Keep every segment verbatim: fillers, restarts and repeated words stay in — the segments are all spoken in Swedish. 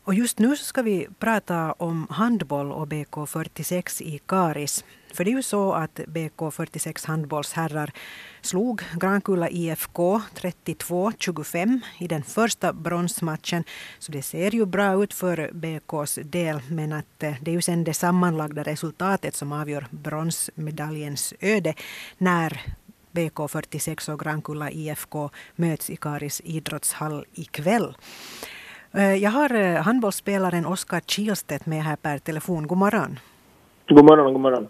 Och just nu så ska vi prata om handboll och B K fyrtiosex i Karis. För det är ju så att B K fyrtiosex handbollsherrar slog Grankulla I F K trettiotvå tjugofem i den första bronsmatchen. Så det ser ju bra ut för B K:s del, men att det är ju sen det sammanlagda resultatet som avgör bronsmedaljens öde när B K fyrtiosex och Grankulla I F K möts i Karis idrottshall ikväll. Jag har handbollsspelaren Oskar Kihlstedt med här per telefon. God morgon. God morgon, god morgon.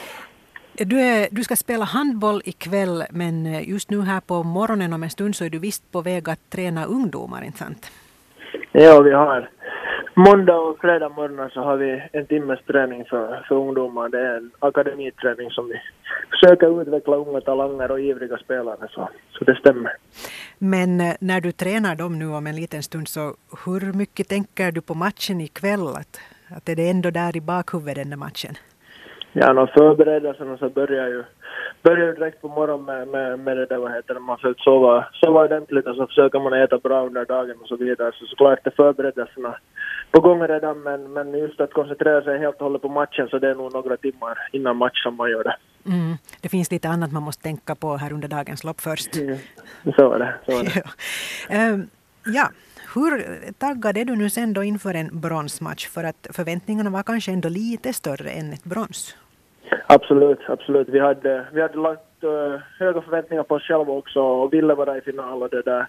Du, är, du ska spela handboll ikväll, men just nu här på morgonen om en stund så är du visst på väg att träna ungdomar, inte sant? Ja, vi har måndag och fredag morgon så har vi en timmes träning för, för ungdomar. Det är en akademiträning som vi försöker utveckla unga talanger och ivriga spelare, så, så det stämmer. Men när du tränar dem nu om en liten stund, så hur mycket tänker du på matchen ikväll? Att, att är det ändå där i bakhuvudet den där matchen? Ja, när förberedelserna så börjar ju börjar ju direkt på morgonen med, med, med det där, vad heter det, man försöker sova, sova ordentligt och så försöker man äta bra under dagen och så vidare. Så såklart är förberedelserna på gång redan, men, men just att koncentrera sig helt och hållet på matchen, så det är nog några timmar innan matchen man gör det. Mm. Det finns lite annat man måste tänka på här under dagens lopp först. Mm. Så är det. Så är det. ja. Um, ja. Hur taggad är du nu sen då inför en bronsmatch? För att förväntningarna var kanske ändå lite större än ett brons. Absolut, absolut. Vi hade, vi hade lagt uh, höga förväntningar på oss själva också och ville vara i final och det där.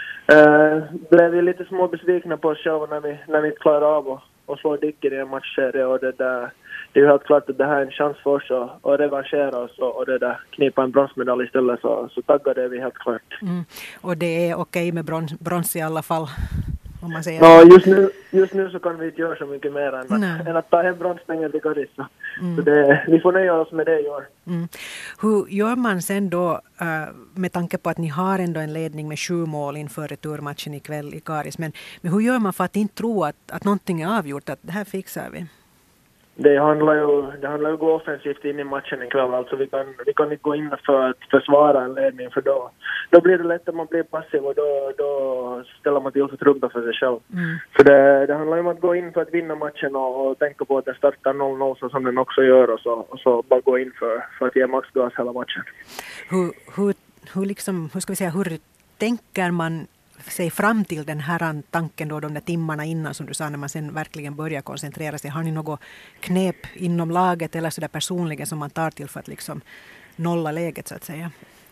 Uh, blev vi lite små besvikna på oss själva när vi, när vi inte klarade av att, att slå dicken i en matchserie, och det där. Det är ju helt klart att det här är en chans för oss att, att revanschera oss och, och det där, knipa en bronsmedalj istället, så, så taggade är vi helt klart. Mm. Och det är okej med brons, brons i alla fall, om man säger. Ja, just nu, just nu så kan vi inte göra så mycket mer än att, än att ta hem bronspengar till Karis. Mm. Så det, vi får nöja oss med det i år. Mm. Hur gör man sen då, uh, med tanke på att ni har ändå en ledning med sju mål inför returmatchen ikväll i Karis, men, men hur gör man för att inte tro att, att någonting är avgjort, att det här fixar vi? Det handlar ju det handlar ju gå offensivt in i matchen ikväll. Alltså vi kan vi kan inte gå in för att försvara en ledning, för då då blir det lätt att man blir passiv och då då ställer man till för trubba för sig själv. Mm. Så det det handlar ju om att gå in för att vinna matchen och, och tänka på att den startar noll noll så som den också gör, och så och så bara gå in för för att ge maxgas hela matchen. Hur hur hur liksom hur ska vi säga hur tänker man sig fram till den här tanken då de där timmarna innan, som du sa, när man sen verkligen börjar koncentrera sig? Har ni något knep inom laget eller så där personligen som man tar till för att liksom nolla läget, så att säga?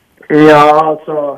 Ja, alltså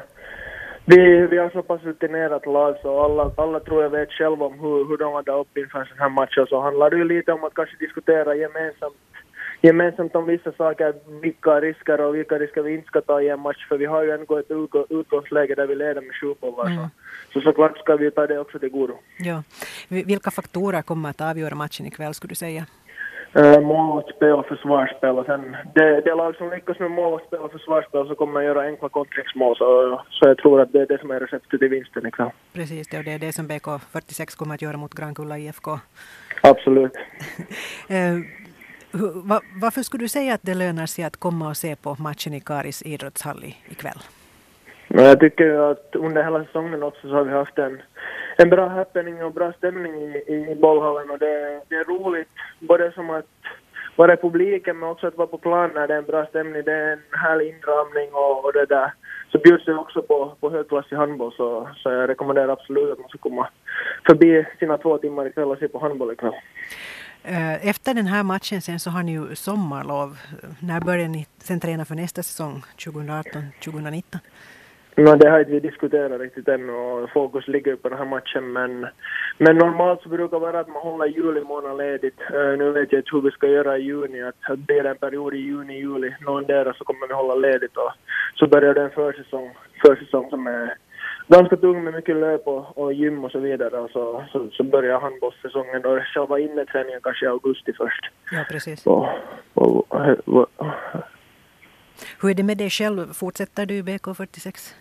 vi, vi har så pass rutinerat lag, så alla, alla tror jag vet själva om hur, hur de hade upp inför en sån här match, och så handlar det ju lite om att kanske diskutera gemensamt gemensamt om vissa saker, vilka risker och vilka risker vi inte ska ta i en match, för vi har ju ändå ett utgångsläge där vi leder med sju bollar. Mm. Så såklart ska vi ta det också till godo. Ja. Vilka faktorer kommer att avgöra matchen ikväll, skulle du säga? Uh, målvaktsspel och försvarsspel, och sen det, det lag som lyckas med målvaktsspel och försvarsspel så kommer man göra enkla kontringsmål, så, så jag tror att det är det som är receptet till vinsten ikväll. Precis, det, och det är det som B K fyrtiosex kommer att göra mot Grankulla I F K. Absolut. uh, Va, varför skulle du säga att det lönar sig att komma och se på matchen i Karis idrottshall ikväll? Men jag tycker att under hela säsongen också så har vi haft en, en bra happening och bra stämning i, i bollhallen, och det, det är roligt både som att vara i publiken men också att vara på plan när det är en bra stämning. Det är en härlig inramning och, och det där. Så bjuds det också på, på högklassig handboll, så, så jag rekommenderar absolut att man ska komma förbi sina två timmar ikväll och se på handboll ikväll. Efter den här matchen sen så har ni ju sommarlov. När börjar ni sen träna för nästa säsong, tjugoarton tjugonitton? No, det har inte vi diskuterat riktigt än, och fokus ligger på den här matchen, men, men normalt så brukar det vara att man håller juli månad ledigt. Uh, nu vet jag inte hur vi ska göra i juni, att, att det är en period i juni, juli, någon där så kommer vi hålla ledigt, och så börjar det en försäsong, försäsong som är ganska tung med mycket löp och, och gym och så vidare, och så, så, så börjar handbollssäsongen och själva inneträningen kanske i augusti först. Ja, precis. Och, och, och, och, och. Hur är det med dig själv? Fortsätter du i B K fyrtiosex?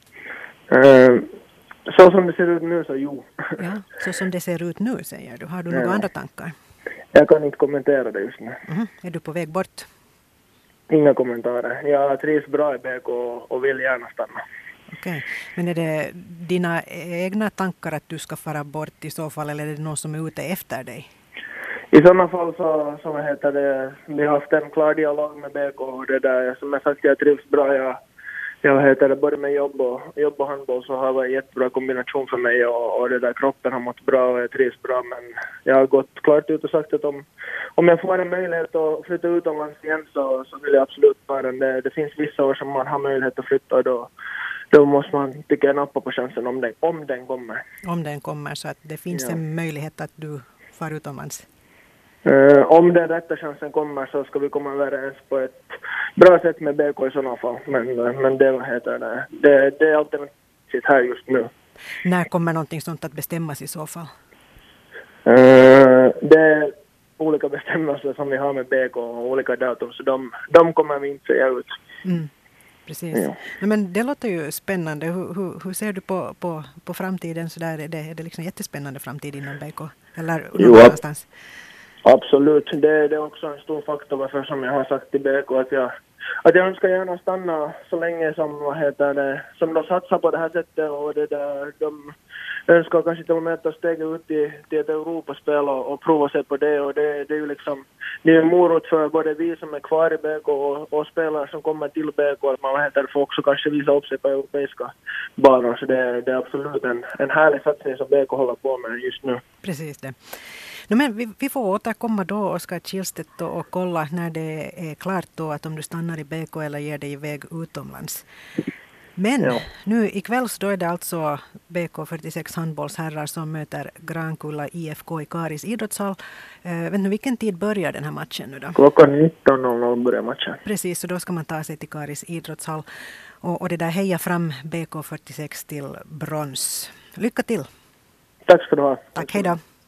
Uh, så som det ser ut nu så jo. Ja, så som det ser ut nu, säger du. Har du några ja. andra tankar? Jag kan inte kommentera det just nu. Mm-hmm. Är du på väg bort? Inga kommentarer. Jag trivs bra i B K och vill gärna stanna. Okej, men är det dina egna tankar att du ska fara bort i så fall, eller är det någon som är ute efter dig? I sådana fall så, så heter det, vi har haft en klar dialog med B K och det där, som jag sagt, jag trivs bra. Jag, jag heter det, både med jobb och, jobb och handboll så har det varit en jättebra kombination för mig och, och det där, kroppen har mått bra och jag trivs bra. Men jag har gått klart ut och sagt att om, om jag får en möjlighet att flytta utomlands igen så, så vill jag absolut vara det. Det finns vissa år som man har möjlighet att flytta och då, då måste man tycka jag nappa på chansen om den, om den kommer. Om den kommer, så att det finns ja. en möjlighet att du far utomlands. Uh, om den rätta chansen kommer så ska vi komma överens på ett bra sätt med B K i sådana fall. Men, men det, heter det, det, det är alternativt här just nu. När kommer någonting sånt att bestämmas i så fall? Uh, det är olika bestämmelser som vi har med B K och olika datum, så de, de kommer vi inte säga ut. Mm. Precis. Ja. Nej, men det låter ju spännande. Hur, hur, hur ser du på, på, på framtiden? Så där, är, det, är det liksom jättespännande framtid inom B K? Eller jo, någonstans? Absolut. Det, det är också en stor faktor varför som jag har sagt till B K att jag, att jag önskar gärna stanna så länge som, vad heter det, som de satsar på det här sättet och det där, de önskar kanske till och med ta steget ut i, till ett Europaspel och, och prova sig på det och det, det är ju liksom det är en morot för både vi som är kvar i B K och, och spelare som kommer till B K att man, vad heter det, får också kanske visa upp sig på europeiska banor, så det, det är absolut en, en härlig satsning som B K håller på med just nu. Precis det. No, men vi, vi får återkomma då, Oskar Kihlstedt, och, och kolla när det är klart då att om du stannar i B K eller ger dig iväg utomlands. Men ja. nu ikväll så då är det alltså B K fyrtiosex handbollsherrar som möter Grankulla I F K i Karis idrottshall. Eh, vet du, vilken tid börjar den här matchen nu då? Klockan nitton noll noll börjar matchen. Precis, så då ska man ta sig till Karis idrottshall och, och det där heja fram B K fyrtiosex till brons. Lycka till! Tack ska du ha. Tack, hej då!